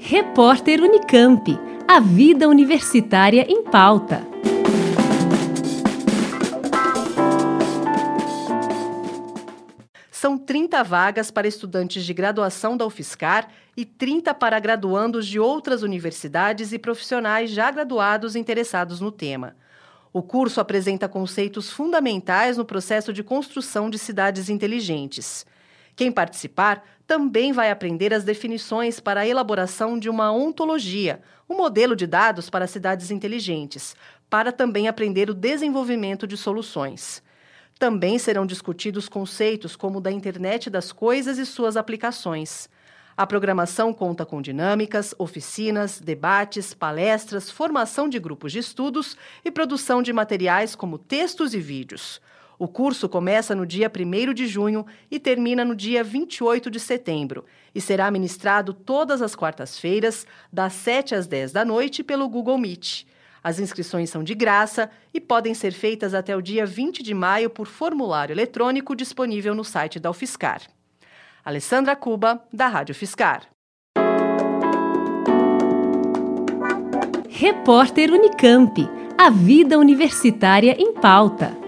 Repórter Unicamp. A vida universitária em pauta. São 30 vagas para estudantes de graduação da UFSCar e 30 para graduandos de outras universidades e profissionais já graduados interessados no tema. O curso apresenta conceitos fundamentais no processo de construção de cidades inteligentes. Quem participar também vai aprender as definições para a elaboração de uma ontologia, um modelo de dados para cidades inteligentes, para também aprender o desenvolvimento de soluções. Também serão discutidos conceitos como o da internet das coisas e suas aplicações. A programação conta com dinâmicas, oficinas, debates, palestras, formação de grupos de estudos e produção de materiais como textos e vídeos. O curso começa no dia 1º de junho e termina no dia 28 de setembro e será ministrado todas as quartas-feiras, das 7 às 10 da noite, pelo Google Meet. As inscrições são de graça e podem ser feitas até o dia 20 de maio por formulário eletrônico disponível no site da UFSCar. Alessandra Cuba, da Rádio UFSCar. Repórter Unicamp. A vida universitária em pauta.